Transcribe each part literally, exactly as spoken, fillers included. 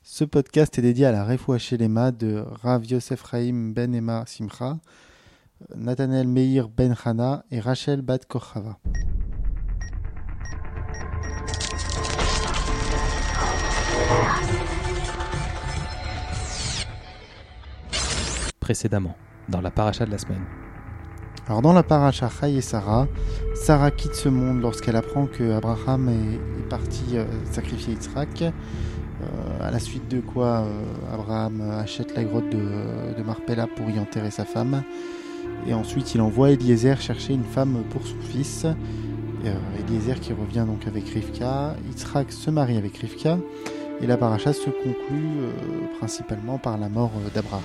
Ce podcast est dédié à la Refoua Shelema de Rav Yosef Chaim Ben Emma Simcha, Nathanael Meir Ben Chana et Rachel Bat Kochava. Précédemment, dans la paracha de la semaine. Alors dans la paracha Chai et Sarah, Sarah quitte ce monde lorsqu'elle apprend que Abraham est, est parti euh, sacrifier Yitzhak, euh, à la suite de quoi euh, Abraham achète la grotte de, de Marpella pour y enterrer sa femme, et ensuite il envoie Eliezer chercher une femme pour son fils, euh, Eliezer qui revient donc avec Rivka, Yitzhak se marie avec Rivka, et la paracha se conclut euh, principalement par la mort d'Abraham.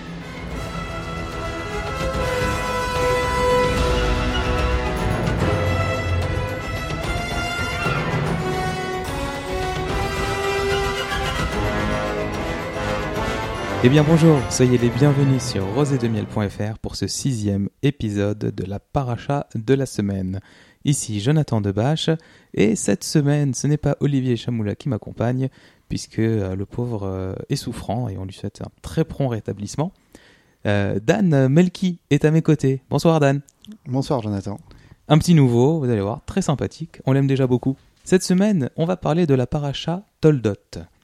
Eh bien bonjour, soyez les bienvenus sur rosé de miel point f r pour ce sixième épisode de la paracha de la semaine. Ici Jonathan Debache, et cette semaine ce n'est pas Olivier Chamoula qui m'accompagne, puisque euh, le pauvre euh, est souffrant et on lui souhaite un très prompt rétablissement. Euh, Dan Melki est à mes côtés. Bonsoir Dan. Bonsoir Jonathan. Un petit nouveau, vous allez voir, très sympathique, on l'aime déjà beaucoup. Cette semaine, on va parler de la paracha Toldot.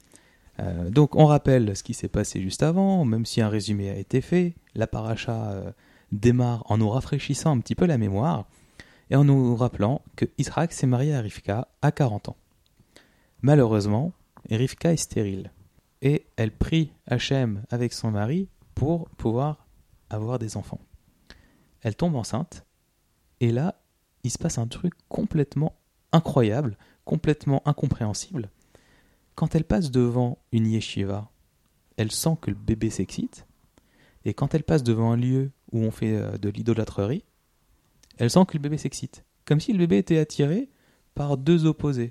Euh, donc on rappelle ce qui s'est passé juste avant, même si un résumé a été fait. La paracha euh, démarre en nous rafraîchissant un petit peu la mémoire et en nous rappelant que Yitzhak s'est marié à Rivka à quarante ans. Malheureusement, Rivka est stérile et elle prie Hachem avec son mari pour pouvoir avoir des enfants. Elle tombe enceinte et là, il se passe un truc complètement incroyable, complètement incompréhensible. Quand elle passe devant une yeshiva, elle sent que le bébé s'excite, et quand elle passe devant un lieu où on fait de l'idolâtrerie, elle sent que le bébé s'excite, comme si le bébé était attiré par deux opposés,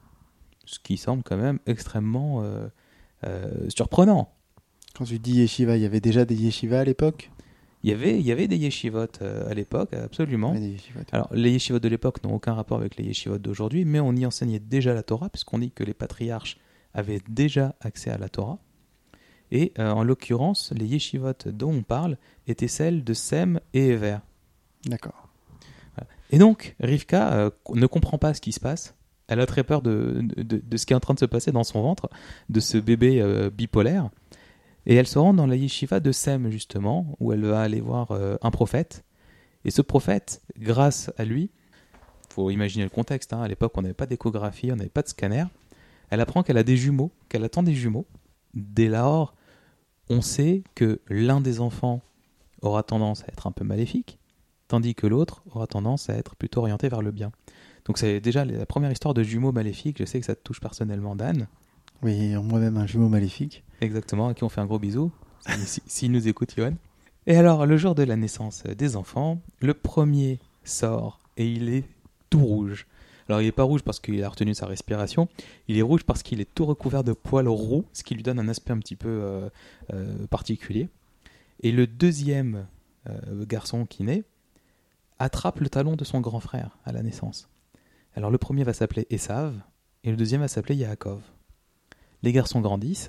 ce qui semble quand même extrêmement euh, euh, surprenant. Quand tu dis yeshiva, il y avait déjà des yeshivas à l'époque ? Il y avait, il y avait des yeshivot euh, à l'époque, absolument. Ouais, des yeshivot. Alors, les yeshivot de l'époque n'ont aucun rapport avec les yeshivot d'aujourd'hui, mais on y enseignait déjà la Torah, puisqu'on dit que les patriarches avaient déjà accès à la Torah. Et euh, en l'occurrence, les yeshivot dont on parle étaient celles de Sem et Ever. D'accord. Voilà. Et donc, Rivka euh, ne comprend pas ce qui se passe. Elle a très peur de, de, de ce qui est en train de se passer dans son ventre, de ce bébé euh, bipolaire. Et elle se rend dans la yeshiva de Sem, justement, où elle va aller voir euh, un prophète. Et ce prophète, grâce à lui, il faut imaginer le contexte, hein, à l'époque on n'avait pas d'échographie, on n'avait pas de scanner. Elle apprend qu'elle a des jumeaux, qu'elle attend des jumeaux. Dès lors, on sait que l'un des enfants aura tendance à être un peu maléfique, tandis que l'autre aura tendance à être plutôt orienté vers le bien. Donc c'est déjà la première histoire de jumeaux maléfiques. Je sais que ça te touche personnellement, Dan. Oui, moi-même un jumeau maléfique. Exactement, à qui on fait un gros bisou, s'il si, si nous écoute, Yoann. Et alors, le jour de la naissance des enfants, le premier sort et il est tout rouge. Alors, il n'est pas rouge parce qu'il a retenu sa respiration, il est rouge parce qu'il est tout recouvert de poils roux, ce qui lui donne un aspect un petit peu euh, euh, particulier. Et le deuxième euh, garçon qui naît attrape le talon de son grand frère à la naissance. Alors, le premier va s'appeler Esav et le deuxième va s'appeler Yaakov. Les garçons grandissent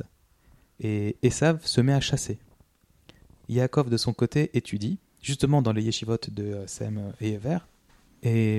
et Esav se met à chasser. Yaakov, de son côté, étudie, justement dans les yeshivot de Sem et Ever, et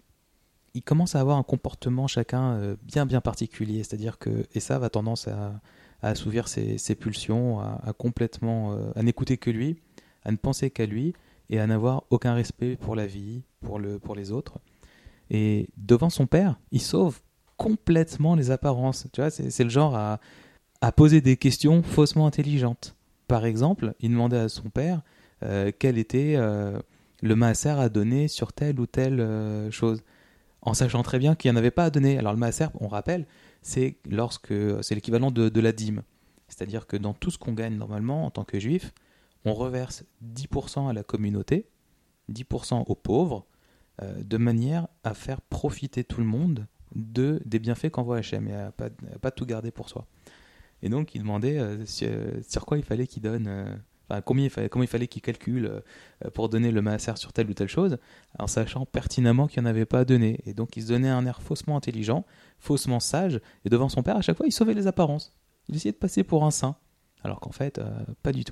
il commence à avoir un comportement chacun bien bien particulier, c'est-à-dire que Esav a tendance à, à assouvir ses, ses pulsions, à, à complètement à n'écouter que lui, à ne penser qu'à lui et à n'avoir aucun respect pour la vie, pour, le, pour les autres. Et devant son père, il sauve complètement les apparences. Tu vois, c'est, c'est le genre à, à poser des questions faussement intelligentes. Par exemple, il demandait à son père euh, quel était euh, le maaser à donner sur telle ou telle euh, chose, en sachant très bien qu'il n'y en avait pas à donner. Alors le maaser, on rappelle, c'est lorsque c'est l'équivalent de, de la dîme. C'est-à-dire que dans tout ce qu'on gagne normalement en tant que juif, on reverse dix pour cent à la communauté, dix pour cent aux pauvres, euh, de manière à faire profiter tout le monde de, des bienfaits qu'envoie Hachem et à pas, à pas tout garder pour soi. Et donc il demandait euh, sur, sur quoi il fallait qu'il donne, euh, enfin combien il fallait, comment il fallait qu'il calcule euh, pour donner le maaser sur telle ou telle chose, en sachant pertinemment qu'il n'y en avait pas à donner. Et donc il se donnait un air faussement intelligent, faussement sage, et devant son père à chaque fois il sauvait les apparences. Il essayait de passer pour un saint, alors qu'en fait, euh, pas du tout.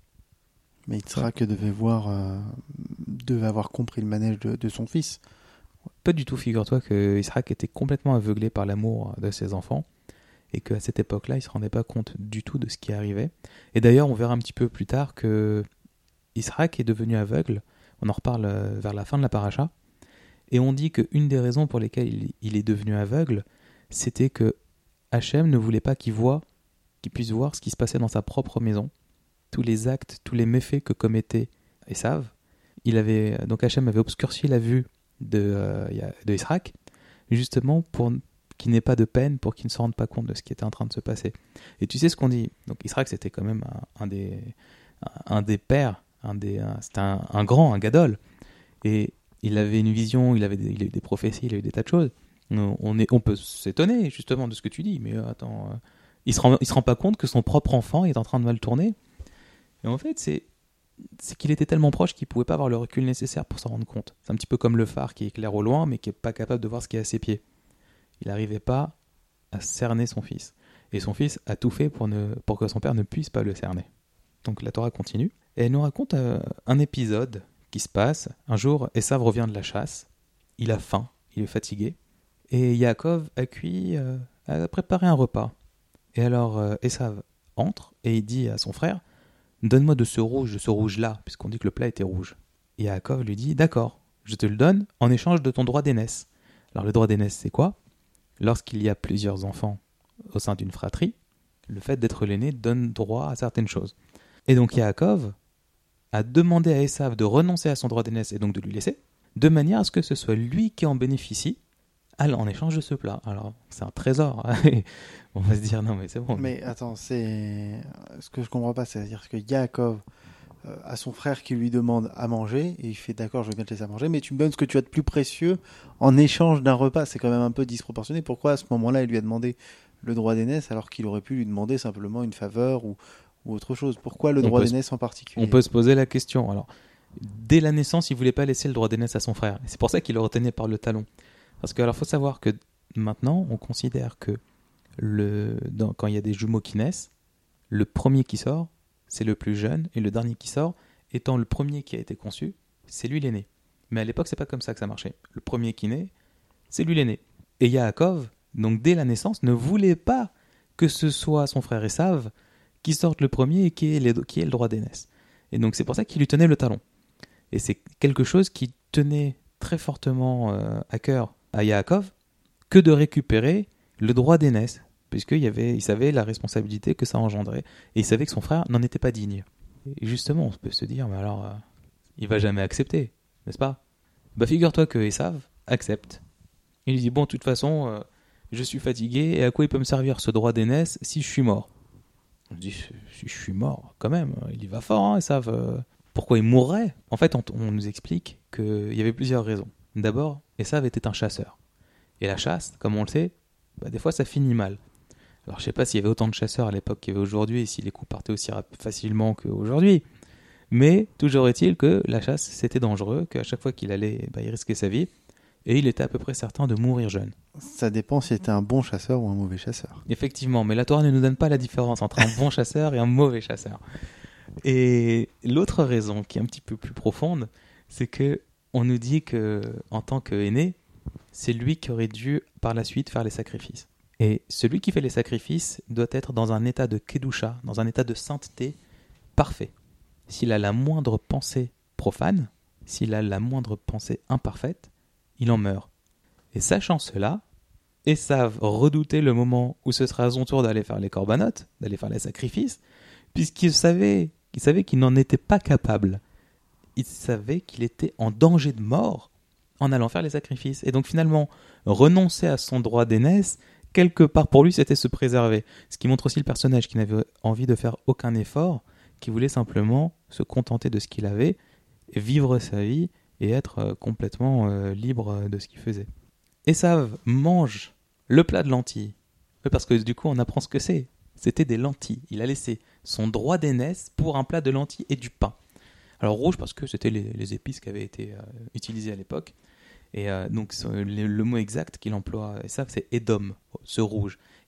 Mais Yitzhak devait voir, euh, devait avoir compris le manège de, de son fils. Pas du tout, figure-toi que Yitzhak était complètement aveuglé par l'amour de ses enfants et qu'à cette époque-là, il ne se rendait pas compte du tout de ce qui arrivait. Et d'ailleurs, on verra un petit peu plus tard que Yitzhak est devenu aveugle. On en reparle vers la fin de la paracha. Et on dit qu'une des raisons pour lesquelles il, il est devenu aveugle, c'était que Hachem ne voulait pas qu'il voie, qu'il puisse voir ce qui se passait dans sa propre maison, tous les actes, tous les méfaits que commettait Esav. Il avait, donc Hachem avait obscurci la vue de, euh, de Yitzhak, justement pour qu'il n'ait pas de peine, pour qu'il ne se rende pas compte de ce qui était en train de se passer. Et tu sais ce qu'on dit, donc Yitzhak c'était quand même un, un, des, un, un des pères, un des, un, c'était un, un grand, un gadol, et il avait une vision, il avait des, il a eu des prophéties, il a eu des tas de choses. On, est, on peut s'étonner justement de ce que tu dis, mais attends, euh, il se rend, il se rend pas compte que son propre enfant est en train de mal tourner. Et en fait, c'est, c'est qu'il était tellement proche qu'il pouvait pas avoir le recul nécessaire pour s'en rendre compte. C'est un petit peu comme le phare qui éclaire au loin, mais qui est pas capable de voir ce qui est à ses pieds. Il n'arrivait pas à cerner son fils. Et son fils a tout fait pour, ne, pour que son père ne puisse pas le cerner. Donc la Torah continue, et elle nous raconte euh, un épisode qui se passe. Un jour, Esav revient de la chasse, il a faim, il est fatigué, et Yaakov a cuit, euh, a préparé un repas. Et alors euh, Esav entre et il dit à son frère, donne-moi de ce rouge, de ce rouge-là, puisqu'on dit que le plat était rouge. Et Yaakov lui dit, d'accord, je te le donne en échange de ton droit d'aînesse. Alors le droit d'aînesse, c'est quoi ? Lorsqu'il y a plusieurs enfants au sein d'une fratrie, le fait d'être l'aîné donne droit à certaines choses. Et donc Yaakov a demandé à Esav de renoncer à son droit d'aînesse et donc de lui laisser, de manière à ce que ce soit lui qui en bénéficie en échange de ce plat. Alors, c'est un trésor. On va se dire, non mais c'est bon. Mais attends, c'est... ce que je comprends pas, c'est-à-dire que Yaakov euh, a son frère qui lui demande à manger, et il fait d'accord, je veux bien te laisser à manger, mais tu me donnes ce que tu as de plus précieux en échange d'un repas. C'est quand même un peu disproportionné. Pourquoi à ce moment-là, il lui a demandé le droit d'aînesse alors qu'il aurait pu lui demander simplement une faveur ou, ou autre chose ? Pourquoi le droit d'aînesse en particulier ? On peut se poser la question. Alors, dès la naissance, il voulait pas laisser le droit d'aînesse à son frère. C'est pour ça qu'il le retenait par le talon. Parce que alors faut savoir que maintenant, on considère que le, dans, quand il y a des jumeaux qui naissent, le premier qui sort, c'est le plus jeune, et le dernier qui sort, étant le premier qui a été conçu, c'est lui l'aîné. Mais à l'époque, c'est pas comme ça que ça marchait. Le premier qui naît, c'est lui l'aîné. Et Yaakov, donc dès la naissance, ne voulait pas que ce soit son frère Esav qui sorte le premier et qui ait, les, qui ait le droit d'aînesse. Et donc c'est pour ça qu'il lui tenait le talon. Et c'est quelque chose qui tenait très fortement euh, à cœur à Yaakov que de récupérer le droit d'aînesse, puisqu'il y avait, il savait la responsabilité que ça engendrait, et il savait que son frère n'en était pas digne. Et justement, on peut se dire, mais alors, euh, il va jamais accepter, n'est-ce pas ? Bah figure-toi que Esav accepte. Il lui dit, bon, de toute façon, euh, je suis fatigué, et à quoi il peut me servir ce droit d'aînesse si je suis mort ? On dit, si je suis mort, quand même, il y va fort, hein, Esav. Euh, pourquoi il mourrait ? En fait, on, on nous explique qu'il y avait plusieurs raisons. D'abord, Esav était un chasseur. Et la chasse, comme on le sait, bah, des fois ça finit mal. Alors je sais pas s'il y avait autant de chasseurs à l'époque qu'il y avait aujourd'hui et si les coups partaient aussi facilement qu'aujourd'hui. Mais toujours est-il que la chasse c'était dangereux, qu'à chaque fois qu'il allait, bah, il risquait sa vie. Et il était à peu près certain de mourir jeune. Ça dépend s'il était un bon chasseur ou un mauvais chasseur. Effectivement, mais la Torah ne nous donne pas la différence entre un bon chasseur et un mauvais chasseur. Et l'autre raison qui est un petit peu plus profonde, c'est que on nous dit que, en tant qu'aîné, c'est lui qui aurait dû, par la suite, faire les sacrifices. Et celui qui fait les sacrifices doit être dans un état de kedusha, dans un état de sainteté parfait. S'il a la moindre pensée profane, s'il a la moindre pensée imparfaite, il en meurt. Et sachant cela, Esav redoutait le moment où ce serait à son tour d'aller faire les corbanotes, d'aller faire les sacrifices, puisqu'il savait, il savait qu'il n'en était pas capable. Il savait qu'il était en danger de mort en allant faire les sacrifices. Et donc finalement, renoncer à son droit d'aînesse, quelque part pour lui, c'était se préserver. Ce qui montre aussi le personnage qui n'avait envie de faire aucun effort, qui voulait simplement se contenter de ce qu'il avait, vivre sa vie et être complètement euh, libre de ce qu'il faisait. Esav mange le plat de lentilles. Parce que du coup, on apprend ce que c'est. C'était des lentilles. Il a laissé son droit d'aînesse pour un plat de lentilles et du pain. Alors rouge parce que c'était les, les épices qui avaient été euh, utilisées à l'époque. Et euh, donc le, le mot exact qu'il emploie, Esav, c'est Edom, ce rouge.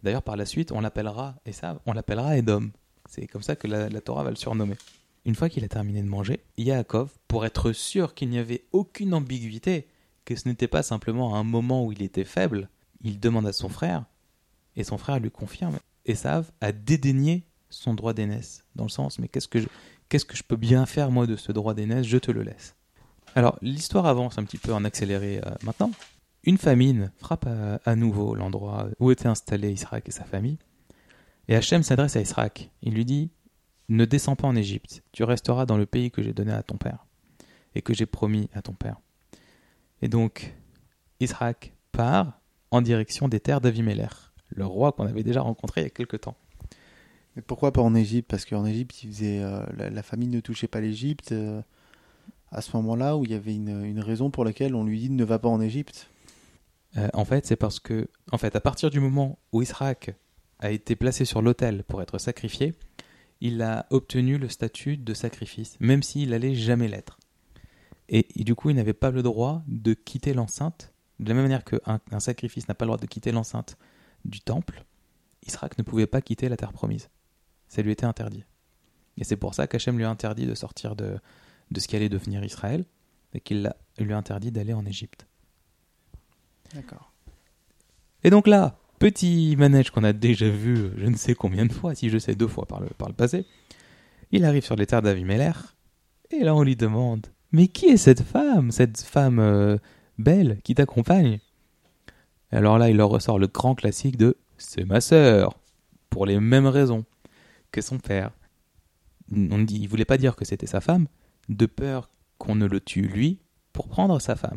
D'ailleurs, par la suite, on l'appellera, et ça, on l'appellera Édom. C'est comme ça que la, la Torah va le surnommer. Une fois qu'il a terminé de manger, Yaakov, pour être sûr qu'il n'y avait aucune ambiguïté, que ce n'était pas simplement un moment où il était faible, il demande à son frère, et son frère lui confirme. Esav a dédaigné son droit d'aînesse, dans le sens, mais qu'est-ce que je, qu'est-ce que je peux bien faire moi de ce droit d'aînesse, je te le laisse. Alors, l'histoire avance un petit peu en accéléré euh, maintenant. Une famine frappe à, à nouveau l'endroit où était installé Israël et sa famille. Et Hachem s'adresse à Israël. Il lui dit « Ne descends pas en Égypte, tu resteras dans le pays que j'ai donné à ton père et que j'ai promis à ton père. » Et donc, Israël part en direction des terres d'Avimelech, le roi qu'on avait déjà rencontré il y a quelque temps. Mais pourquoi pas en Égypte? Parce qu'en Égypte, il faisait, euh, la, la famine ne touchait pas l'Égypte. Euh, à ce moment-là, où il y avait une, une raison pour laquelle on lui dit ne va pas en Égypte. Euh, en fait, c'est parce que, en fait, à partir du moment où Israël a été placé sur l'autel pour être sacrifié, il a obtenu le statut de sacrifice, même s'il n'allait jamais l'être. Et, et du coup, il n'avait pas le droit de quitter l'enceinte. De la même manière qu'un un sacrifice n'a pas le droit de quitter l'enceinte du temple, Israël ne pouvait pas quitter la terre promise. Ça lui était interdit. Et c'est pour ça qu'Hachem lui a interdit de sortir de, de ce qui allait devenir Israël, et qu'il l'a, lui a interdit d'aller en Égypte. D'accord. Et donc là, petit manège qu'on a déjà vu je ne sais combien de fois, si je sais deux fois par le, par le passé, il arrive sur les terres d'Avimelech, et là on lui demande « Mais qui est cette femme, cette femme euh, belle qui t'accompagne ?» Et alors là, il leur ressort le grand classique de « C'est ma sœur », pour les mêmes raisons que son père. On dit, il ne voulait pas dire que c'était sa femme, de peur qu'on ne le tue lui, pour prendre sa femme.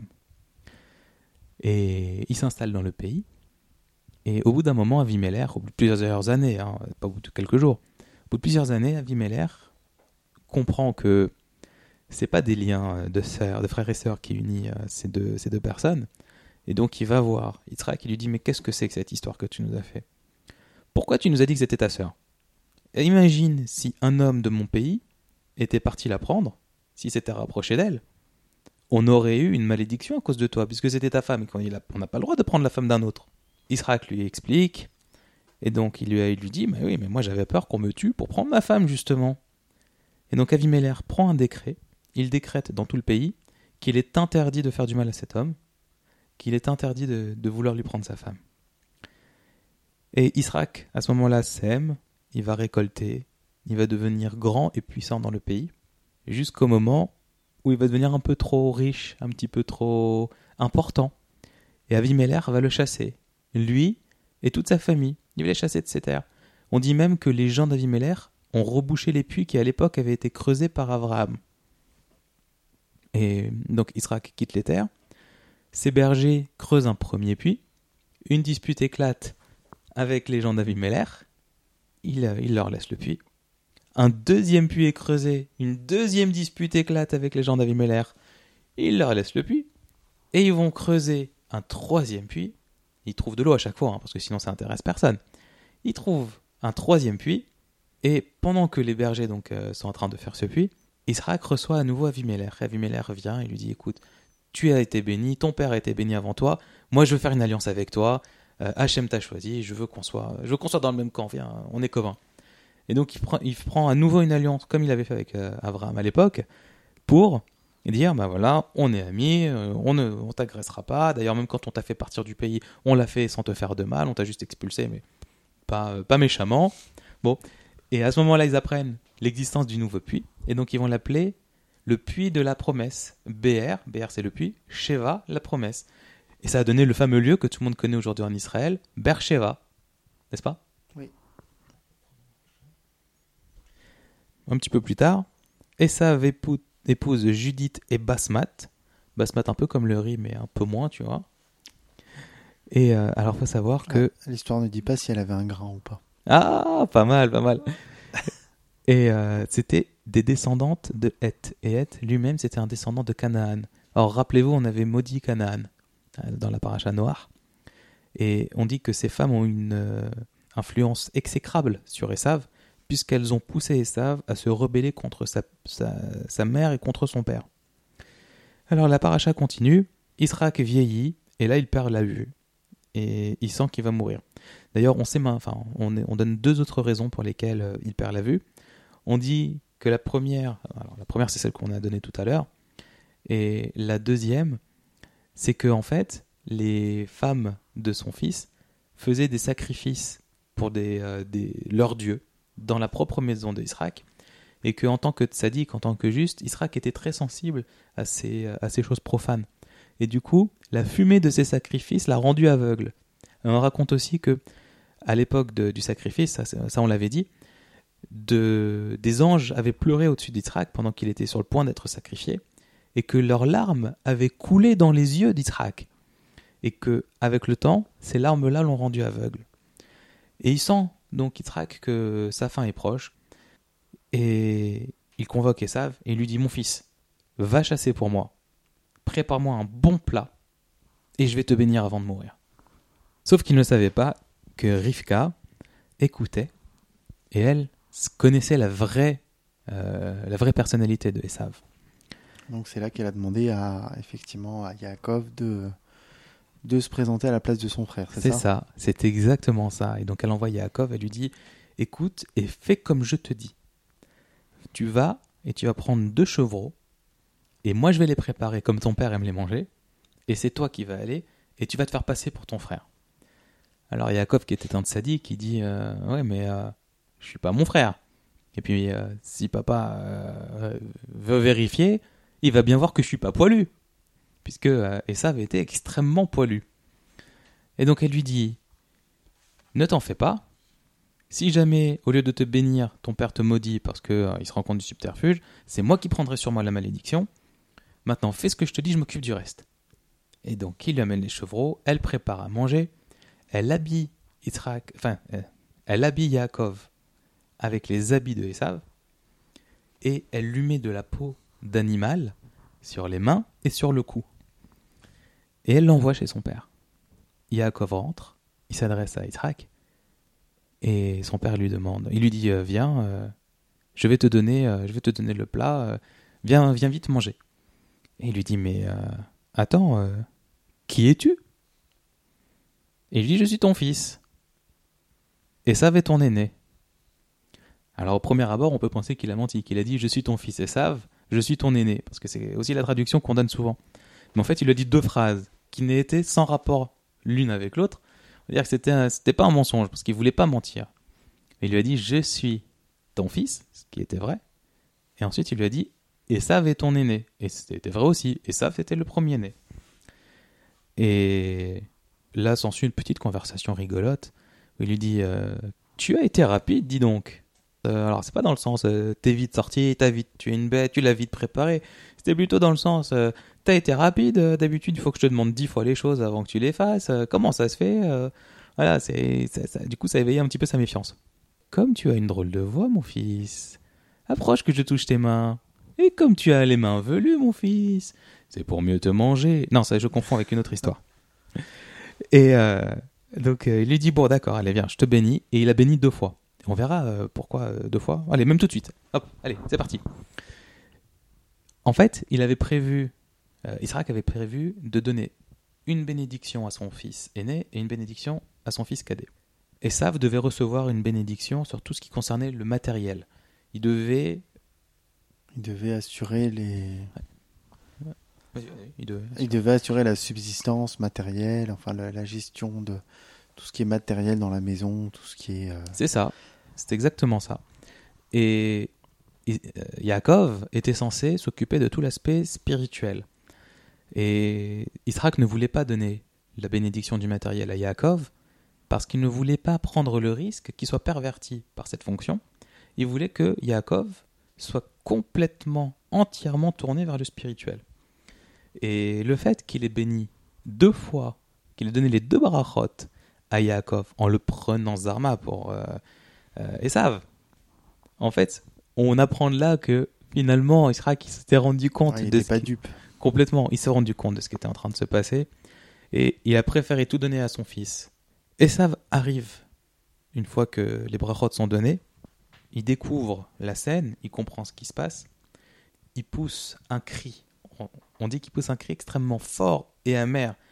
Et il s'installe dans le pays, et au bout d'un moment, Avimelech, au bout de plusieurs années, hein, pas au bout de quelques jours, au bout de plusieurs années, Avimelech comprend que c'est pas des liens de sœurs, de frères et sœurs qui unissent ces deux, ces deux personnes, et donc il va voir Yitzhak qui lui dit « Mais qu'est-ce que c'est que cette histoire que tu nous as fait ? Pourquoi tu nous as dit que c'était ta sœur ? Et imagine si un homme de mon pays était parti la prendre, s'il s'était rapproché d'elle, on aurait eu une malédiction à cause de toi, puisque c'était ta femme, et qu'on n'a pas le droit de prendre la femme d'un autre. » Israël lui explique, et donc il lui, il lui dit « Mais oui, mais moi j'avais peur qu'on me tue pour prendre ma femme, justement. » Et donc Avimelech prend un décret, il décrète dans tout le pays qu'il est interdit de faire du mal à cet homme, qu'il est interdit de, de vouloir lui prendre sa femme. Et Israël, à ce moment-là, sème, il va récolter, il va devenir grand et puissant dans le pays, jusqu'au moment où il va devenir un peu trop riche, un petit peu trop important. Et Avimelech va le chasser, lui et toute sa famille. Il va les chasser de ses terres. On dit même que les gens d'Avimelech ont rebouché les puits qui à l'époque avaient été creusés par Abraham. Et donc Israël quitte les terres. Ses bergers creusent un premier puits. Une dispute éclate avec les gens d'Avimelech. Il, il leur laisse le puits. Un deuxième puits est creusé. Une deuxième dispute éclate avec les gens d'Avimelech. Il leur laisse le puits. Et ils vont creuser un troisième puits. Ils trouvent de l'eau à chaque fois, hein, parce que sinon ça intéresse personne. Ils trouvent un troisième puits. Et pendant que les bergers donc, euh, sont en train de faire ce puits, Israël reçoit à nouveau Avimelech. Avimelech revient et lui dit « Écoute, tu as été béni, ton père a été béni avant toi, moi je veux faire une alliance avec toi, euh, Hachem t'a choisi, je veux qu'on soit, je veux qu'on soit dans le même camp, viens, on est copains. » Et donc il prend, il prend à nouveau une alliance, comme il avait fait avec euh, Abraham à l'époque, pour dire « Ben voilà, on est amis, euh, on ne on t'agressera pas, d'ailleurs même quand on t'a fait partir du pays, on l'a fait sans te faire de mal, on t'a juste expulsé, mais pas, euh, pas méchamment. » Bon. Et à ce moment-là, ils apprennent l'existence du nouveau puits, et donc ils vont l'appeler le puits de la promesse. B R, B R c'est le puits, Sheva, la promesse. Et ça a donné le fameux lieu que tout le monde connaît aujourd'hui en Israël, Beersheva, n'est-ce pas ? Oui. Un petit peu plus tard, Esav épou- épouse Judith et Basmat. Basmat un peu comme le riz, mais un peu moins, tu vois. Et euh, alors, il faut savoir que... Ah, l'histoire ne dit pas si elle avait un grain ou pas. Ah, pas mal, pas mal. Et euh, c'était des descendantes de Heth. Et Heth lui-même, c'était un descendant de Canaan. Alors, rappelez-vous, on avait maudit Canaan euh, dans la paracha Noach. Et on dit que ces femmes ont une euh, influence exécrable sur Esav, puisqu'elles ont poussé Esav à se rebeller contre sa, sa, sa mère et contre son père. Alors, la paracha continue. Israël vieillit, et là, il perd la vue. et il sent qu'il va mourir. D'ailleurs, on, sait, enfin, on, est, on donne deux autres raisons pour lesquelles euh, il perd la vue. On dit que la première, alors la première c'est celle qu'on a donnée tout à l'heure, et la deuxième, c'est que en fait, les femmes de son fils faisaient des sacrifices pour des, euh, des, leurs dieux dans la propre maison d'Israël, et qu'en tant que tzaddik, en tant que juste, Israël était très sensible à ces, à ces choses profanes. Et du coup, la fumée de ces sacrifices l'a rendu aveugle. Et on raconte aussi que, à l'époque de, du sacrifice, ça, ça on l'avait dit, de, des anges avaient pleuré au-dessus d'Israël pendant qu'il était sur le point d'être sacrifié, et que leurs larmes avaient coulé dans les yeux d'Israël. Et que, avec le temps, ces larmes-là l'ont rendu aveugle. Et il sent donc Israël que sa fin est proche, et il convoque Esav et lui dit « Mon fils, va chasser pour moi, prépare-moi un bon plat, et je vais te bénir avant de mourir. » Sauf qu'il ne savait pas que Rivka écoutait, et elle connaissait la vraie, euh, la vraie personnalité de Esav. Donc c'est là qu'elle a demandé à, effectivement, à Yaakov de, de se présenter à la place de son frère, c'est, c'est ça C'est ça, c'est exactement ça. Et donc elle envoie Yaakov, elle lui dit « Écoute et fais comme je te dis. Tu vas et tu vas prendre deux chevreaux, et moi je vais les préparer comme ton père aime les manger, et c'est toi qui vas aller, et tu vas te faire passer pour ton frère. » Alors Yaakov, qui était un sadique, qui dit euh, « Ouais, mais euh, je suis pas mon frère. Et puis euh, si papa euh, veut vérifier, il va bien voir que je suis pas poilu. » Puisque euh, Esav était extrêmement poilu. Et donc elle lui dit « Ne t'en fais pas. Si jamais, au lieu de te bénir, ton père te maudit parce qu'il euh, se rend compte du subterfuge, c'est moi qui prendrai sur moi la malédiction. Maintenant, fais ce que je te dis, je m'occupe du reste. » Et donc, il lui amène les chevreaux, elle prépare à manger, elle habille Yitzhak, enfin, elle habille Yaakov avec les habits de Esav, et elle lui met de la peau d'animal sur les mains et sur le cou. Et elle l'envoie chez son père. Yaakov rentre, il s'adresse à Yitzhak, et son père lui demande, il lui dit euh, viens, euh, je vais te donner, euh, je vais te donner le plat, euh, viens, viens vite manger. Et il lui dit mais euh, attends, euh, qui es-tu ? Et il dit je suis ton fils. Esav est ton aîné. Alors au premier abord, on peut penser qu'il a menti, qu'il a dit je suis ton fils Esav, je suis ton aîné, parce que c'est aussi la traduction qu'on donne souvent. Mais en fait, il a dit deux phrases qui n'étaient sans rapport l'une avec l'autre. On va dire que c'était, un, c'était pas un mensonge, parce qu'il voulait pas mentir. Il lui a dit je suis ton fils, ce qui était vrai. Et ensuite, il lui a dit Esav est ton aîné, et c'était vrai aussi. Esav était le premier-né. Et là, s'ensuit une petite conversation rigolote où il lui dit euh, tu as été rapide, dis donc. Euh, alors, c'est pas dans le sens euh, t'es vite sorti, t'as vite tué une bête, tu l'as vite préparé. C'était plutôt dans le sens euh, t'as été rapide, euh, d'habitude il faut que je te demande dix fois les choses avant que tu les fasses. Euh, comment ça se fait euh, Voilà, c'est, c'est, ça, du coup, ça a éveillé un petit peu sa méfiance. Comme tu as une drôle de voix, mon fils, approche que je touche tes mains. Et comme tu as les mains velues, mon fils, c'est pour mieux te manger. Non, ça, je confonds avec une autre histoire. Et euh, donc, euh, il lui dit bon, d'accord, allez, viens, je te bénis. Et il a béni deux fois. On verra euh, pourquoi euh, deux fois. Allez, même tout de suite. Hop, allez, c'est parti. En fait, il avait prévu, euh, Israël avait prévu de donner une bénédiction à son fils aîné et une bénédiction à son fils cadet. Esav devait recevoir une bénédiction sur tout ce qui concernait le matériel. Il devait... Il devait assurer les... Ouais. Vas-y, vas-y. Il, devait... Il devait assurer la subsistance matérielle, enfin la, la gestion de tout ce qui est matériel dans la maison, tout ce qui est... Euh... C'est ça, c'est exactement ça. Et, et euh, Yaakov était censé s'occuper de tout l'aspect spirituel. Et Yitzhak ne voulait pas donner la bénédiction du matériel à Yaakov parce qu'il ne voulait pas prendre le risque qu'il soit perverti par cette fonction. Il voulait que Yaakov soit complètement, entièrement tourné vers le spirituel. Et le fait qu'il ait béni deux fois, qu'il ait donné les deux barachot à Yaakov en le prenant Zarma pour euh, euh, Esav, en fait, on apprend de là que finalement Israël qui s'était rendu compte ah, il de ce pas qui... dupe. Complètement, il s'est rendu compte de ce qui était en train de se passer et il a préféré tout donner à son fils. Esav arrive une fois que les brachot sont donnés, il découvre la scène, il comprend ce qui se passe, il pousse un cri. On dit qu'il pousse un cri extrêmement fort et amer.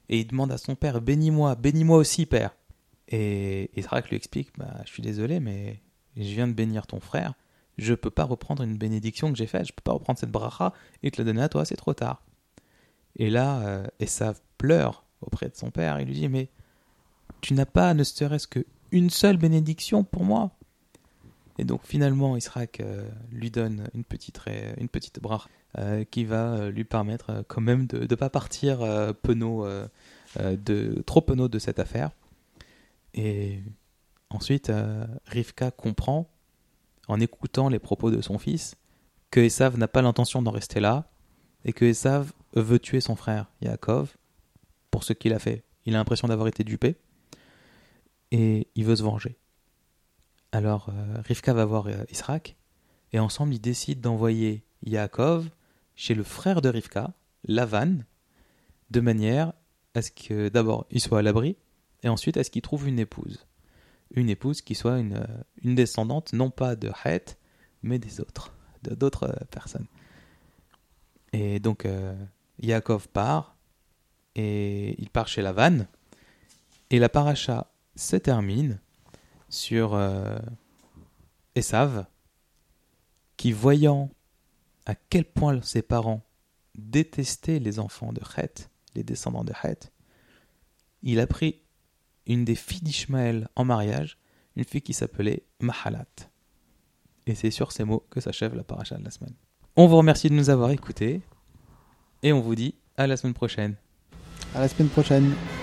Et il demande à son père, bénis-moi, bénis-moi aussi, père. Et Yitzhak lui explique, bah, je suis désolé, mais je viens de bénir ton frère. Je ne peux pas reprendre une bénédiction que j'ai faite. Je ne peux pas reprendre cette bracha et te la donner à toi, c'est trop tard. Et là, euh, Esav pleure auprès de son père. Il lui dit, mais tu n'as pas ne serait-ce qu'une seule bénédiction pour moi. Et donc finalement, Yitzhak euh, lui donne une petite, ré, une petite bracha euh, qui va euh, lui permettre euh, quand même de ne pas partir euh, penaud, euh, euh, de, trop penaud de cette affaire. Et ensuite, euh, Rivka comprend, en écoutant les propos de son fils, que Esav n'a pas l'intention d'en rester là, et que Esav veut tuer son frère Yaakov pour ce qu'il a fait. Il a l'impression d'avoir été dupé, et il veut se venger. Alors euh, Rivka va voir euh, Yitzhak, et ensemble ils décident d'envoyer Yaakov chez le frère de Rivka, Lavan, de manière à ce que d'abord il soit à l'abri, et ensuite à ce qu'il trouve une épouse. Une épouse qui soit une, une descendante, non pas de Heth, mais des autres, de, d'autres euh, personnes. Et donc euh, Yaakov part, et il part chez Lavan, et la paracha se termine sur euh, Esav, qui voyant à quel point ses parents détestaient les enfants de Heth, les descendants de Heth, il a pris une des filles d'Ishmaël en mariage, une fille qui s'appelait Mahalat. Et c'est sur ces mots que s'achève la paracha de la semaine. On vous remercie de nous avoir écoutés, et on vous dit à la semaine prochaine. À la semaine prochaine.